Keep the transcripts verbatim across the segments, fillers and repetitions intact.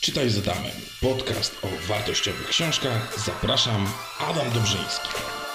Czytaj z Adamem. Podcast o wartościowych książkach. Zapraszam, Adam Dobrzyński.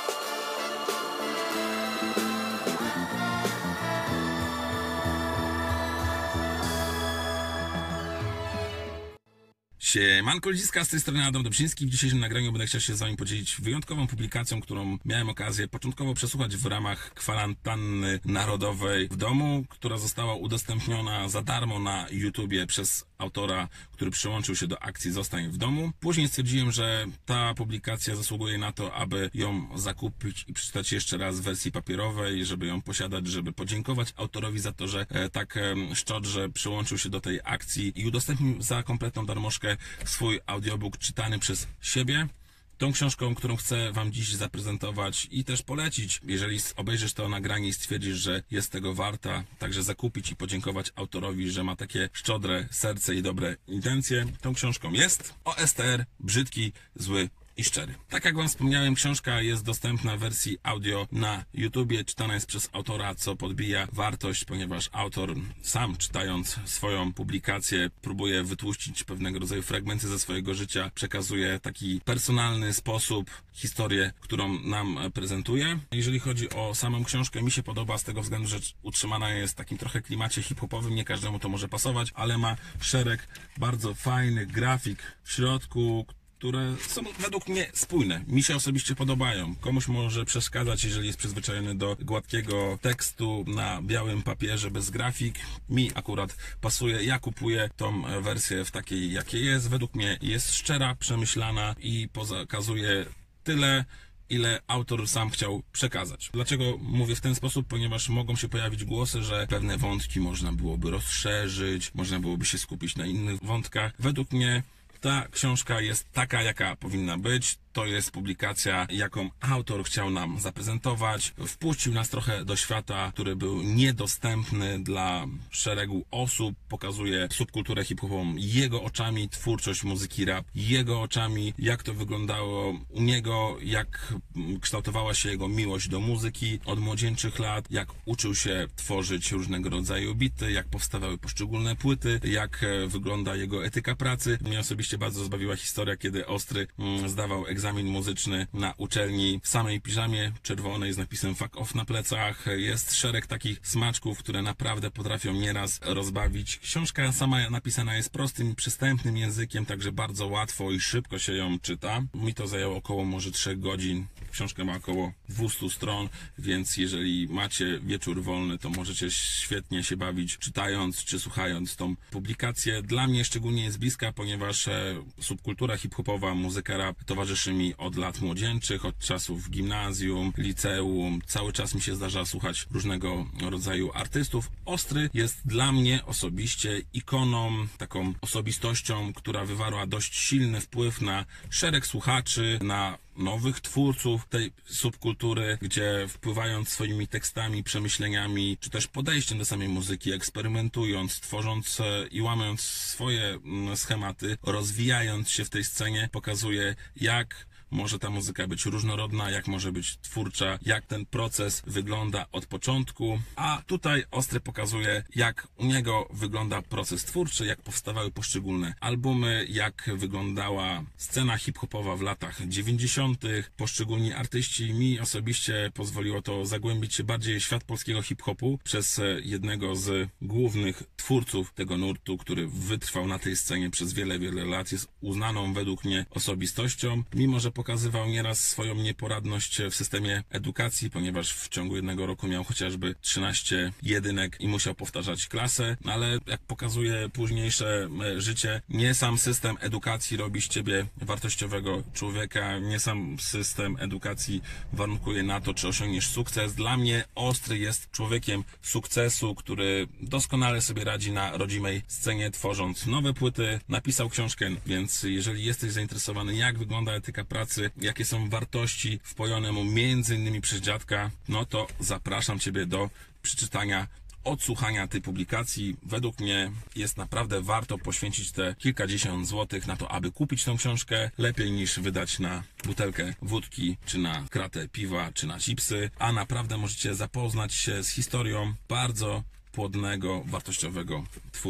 Siemanko ludziska, z tej strony Adam Dobrzyński. W dzisiejszym nagraniu będę chciał się z Wami podzielić wyjątkową publikacją, którą miałem okazję początkowo przesłuchać w ramach kwarantanny narodowej w domu, która została udostępniona za darmo na YouTubie przez autora, który przyłączył się do akcji Zostań w domu. Później stwierdziłem, że ta publikacja zasługuje na to, aby ją zakupić i przeczytać jeszcze raz w wersji papierowej, żeby ją posiadać, żeby podziękować autorowi za to, że tak szczodrze przyłączył się do tej akcji i udostępnił za kompletną darmożkę swój audiobook czytany przez siebie. Tą książką, którą chcę Wam dziś zaprezentować i też polecić, jeżeli obejrzysz to nagranie i stwierdzisz, że jest tego warta, także zakupić i podziękować autorowi, że ma takie szczodre serce i dobre intencje. Tą książką jest O S T R, brzydki, zły i szczery. Tak jak Wam wspomniałem, książka jest dostępna w wersji audio na YouTubie, czytana jest przez autora, co podbija wartość, ponieważ autor sam, czytając swoją publikację, próbuje wytłuścić pewnego rodzaju fragmenty ze swojego życia, przekazuje taki personalny sposób historię, którą nam prezentuje. Jeżeli chodzi o samą książkę, mi się podoba z tego względu, że utrzymana jest w takim trochę klimacie hip-hopowym, nie każdemu to może pasować, ale ma szereg bardzo fajnych grafik w środku, które są według mnie spójne. Mi się osobiście podobają. Komuś może przeszkadzać, jeżeli jest przyzwyczajony do gładkiego tekstu na białym papierze bez grafik. Mi akurat pasuje. Ja kupuję tą wersję w takiej, jakiej jest. Według mnie jest szczera, przemyślana i pokazuje tyle, ile autor sam chciał przekazać. Dlaczego mówię w ten sposób? Ponieważ mogą się pojawić głosy, że pewne wątki można byłoby rozszerzyć, można byłoby się skupić na innych wątkach. Według mnie ta książka jest taka, jaka powinna być. To jest publikacja, jaką autor chciał nam zaprezentować. Wpuścił nas trochę do świata, który był niedostępny dla szeregu osób. Pokazuje subkulturę hip-hopową jego oczami, twórczość muzyki rap jego oczami, jak to wyglądało u niego, jak kształtowała się jego miłość do muzyki od młodzieńczych lat, jak uczył się tworzyć różnego rodzaju bity, jak powstawały poszczególne płyty, jak wygląda jego etyka pracy. Mnie osobiście bardzo zbawiła historia, kiedy Ostry zdawał egzamin egzamin muzyczny na uczelni w samej piżamie czerwonej z napisem fuck off na plecach. Jest szereg takich smaczków, które naprawdę potrafią nieraz rozbawić. Książka sama napisana jest prostym, przystępnym językiem, także bardzo łatwo i szybko się ją czyta. Mi to zajęło około może trzech godzin. Książka ma około dwieście stron, więc jeżeli macie wieczór wolny, to możecie świetnie się bawić czytając czy słuchając tą publikację. Dla mnie szczególnie jest bliska, ponieważ subkultura hip-hopowa, muzyka rap towarzyszy mi od lat młodzieńczych, od czasów gimnazjum, liceum. Cały czas mi się zdarza słuchać różnego rodzaju artystów. Ostry jest dla mnie osobiście ikoną, taką osobistością, która wywarła dość silny wpływ na szereg słuchaczy, na nowych twórców tej subkultury, gdzie wpływając swoimi tekstami, przemyśleniami, czy też podejściem do samej muzyki, eksperymentując, tworząc i łamiąc swoje schematy, rozwijając się w tej scenie, pokazuje, jak może ta muzyka być różnorodna, jak może być twórcza, jak ten proces wygląda od początku, a tutaj Ostry pokazuje, jak u niego wygląda proces twórczy, jak powstawały poszczególne albumy, jak wyglądała scena hip-hopowa w latach dziewięćdziesiątych. Poszczególni artyści, mi osobiście pozwoliło to zagłębić się bardziej w świat polskiego hip-hopu przez jednego z głównych twórców tego nurtu, który wytrwał na tej scenie przez wiele, wiele lat, jest uznaną według mnie osobistością, mimo że pokazywał nieraz swoją nieporadność w systemie edukacji, ponieważ w ciągu jednego roku miał chociażby trzynaście jedynek i musiał powtarzać klasę, ale jak pokazuje późniejsze życie, nie sam system edukacji robi z ciebie wartościowego człowieka, nie sam system edukacji warunkuje na to, czy osiągniesz sukces. Dla mnie Ostry jest człowiekiem sukcesu, który doskonale sobie radzi na rodzimej scenie, tworząc nowe płyty. Napisał książkę, więc jeżeli jesteś zainteresowany, jak wygląda etyka pracy, jakie są wartości wpojone mu między innymi przez dziadka, no to zapraszam Ciebie do przeczytania, odsłuchania tej publikacji. Według mnie jest naprawdę warto poświęcić te kilkadziesiąt złotych na to, aby kupić tą książkę. Lepiej niż wydać na butelkę wódki, czy na kratę piwa, czy na chipsy, a naprawdę możecie zapoznać się z historią bardzo płodnego, wartościowego twórcy.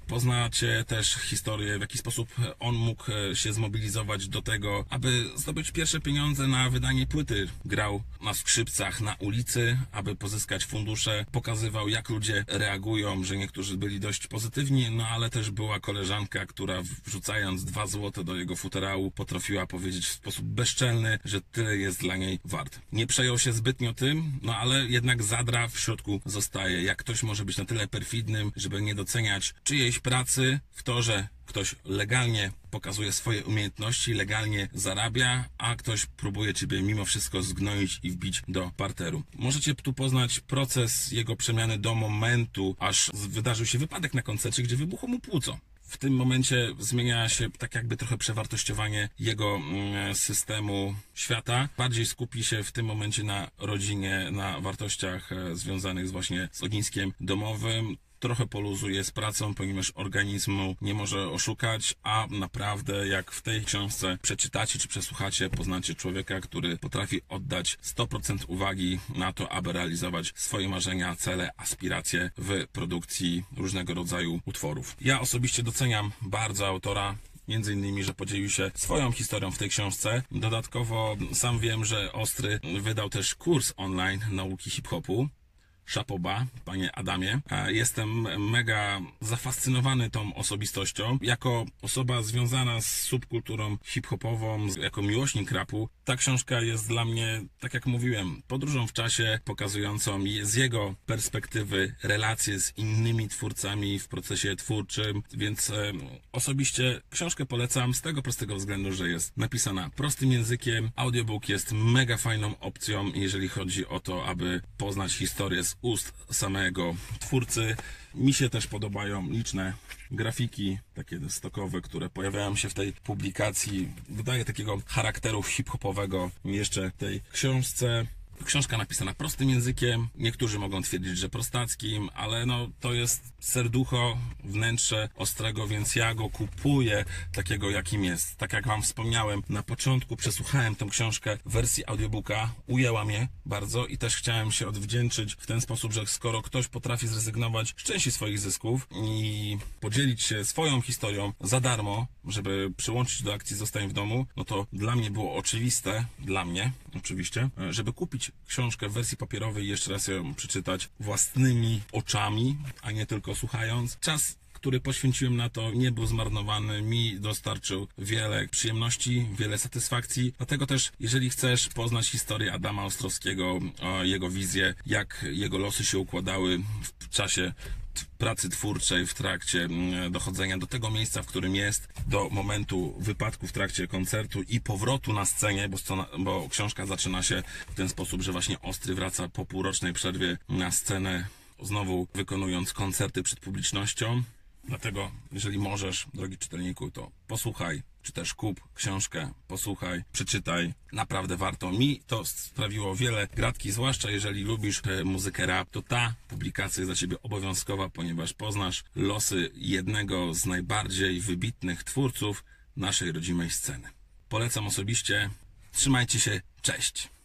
Poznacie też historię, w jaki sposób on mógł się zmobilizować do tego, aby zdobyć pierwsze pieniądze na wydanie płyty. Grał na skrzypcach na ulicy, aby pozyskać fundusze. Pokazywał, jak ludzie reagują, że niektórzy byli dość pozytywni, no ale też była koleżanka, która wrzucając dwa złote do jego futerału potrafiła powiedzieć w sposób bezczelny, że tyle jest dla niej wart. Nie przejął się zbytnio tym, no ale jednak zadra w środku zostaje. Jak ktoś może być na tyle perfidnym, żeby nie doceniać czyjejś pracy w to, że ktoś legalnie pokazuje swoje umiejętności, legalnie zarabia, a ktoś próbuje ciebie mimo wszystko zgnoić i wbić do parteru. Możecie tu poznać proces jego przemiany do momentu, aż wydarzył się wypadek na koncercie, gdzie wybuchło mu płuco. W tym momencie zmienia się tak jakby trochę przewartościowanie jego systemu świata. Bardziej skupi się w tym momencie na rodzinie, na wartościach związanych właśnie z ogniskiem domowym. Trochę poluzuje z pracą, ponieważ organizmu nie może oszukać, a naprawdę jak w tej książce przeczytacie czy przesłuchacie, poznacie człowieka, który potrafi oddać sto procent uwagi na to, aby realizować swoje marzenia, cele, aspiracje w produkcji różnego rodzaju utworów. Ja osobiście doceniam bardzo autora. Między innymi, że podzielił się swoją historią w tej książce. Dodatkowo sam wiem, że Ostry wydał też kurs online nauki hip-hopu. Szapoba, panie Adamie. Jestem mega zafascynowany tą osobistością. Jako osoba związana z subkulturą hip-hopową, jako miłośnik rapu, ta książka jest dla mnie, tak jak mówiłem, podróżą w czasie pokazującą z jego perspektywy relacje z innymi twórcami w procesie twórczym, więc e, osobiście książkę polecam z tego prostego względu, że jest napisana prostym językiem. Audiobook jest mega fajną opcją, jeżeli chodzi o to, aby poznać historię z ust samego twórcy. Mi się też podobają liczne grafiki, takie stokowe, które pojawiają się w tej publikacji. Dodaje takiego charakteru hip-hopowego jeszcze tej książce. Książka napisana prostym językiem. Niektórzy mogą twierdzić, że prostackim, ale no to jest serducho, wnętrze Ostrego, więc ja go kupuję takiego, jakim jest. Tak jak wam wspomniałem, na początku przesłuchałem tę książkę w wersji audiobooka, ujęła mnie bardzo i też chciałem się odwdzięczyć w ten sposób, że skoro ktoś potrafi zrezygnować z części swoich zysków i podzielić się swoją historią za darmo, żeby przyłączyć do akcji Zostań w domu, no to dla mnie było oczywiste, dla mnie oczywiście, żeby kupić książkę w wersji papierowej i jeszcze raz ją przeczytać własnymi oczami, a nie tylko słuchając. Czas, który poświęciłem na to, nie był zmarnowany, mi dostarczył wiele przyjemności, wiele satysfakcji. Dlatego też, jeżeli chcesz poznać historię Adama Ostrowskiego, jego wizję, jak jego losy się układały w czasie pracy twórczej, w trakcie dochodzenia do tego miejsca, w którym jest, do momentu wypadku w trakcie koncertu i powrotu na scenie, bo, scena, bo książka zaczyna się w ten sposób, że właśnie Ostry wraca po półrocznej przerwie na scenę, znowu wykonując koncerty przed publicznością. Dlatego, jeżeli możesz, drogi czytelniku, to posłuchaj, czy też kup książkę, posłuchaj, przeczytaj. Naprawdę warto. Mi to sprawiło wiele gratki, zwłaszcza jeżeli lubisz muzykę rap, to ta publikacja jest dla ciebie obowiązkowa, ponieważ poznasz losy jednego z najbardziej wybitnych twórców naszej rodzimej sceny. Polecam osobiście. Trzymajcie się. Cześć.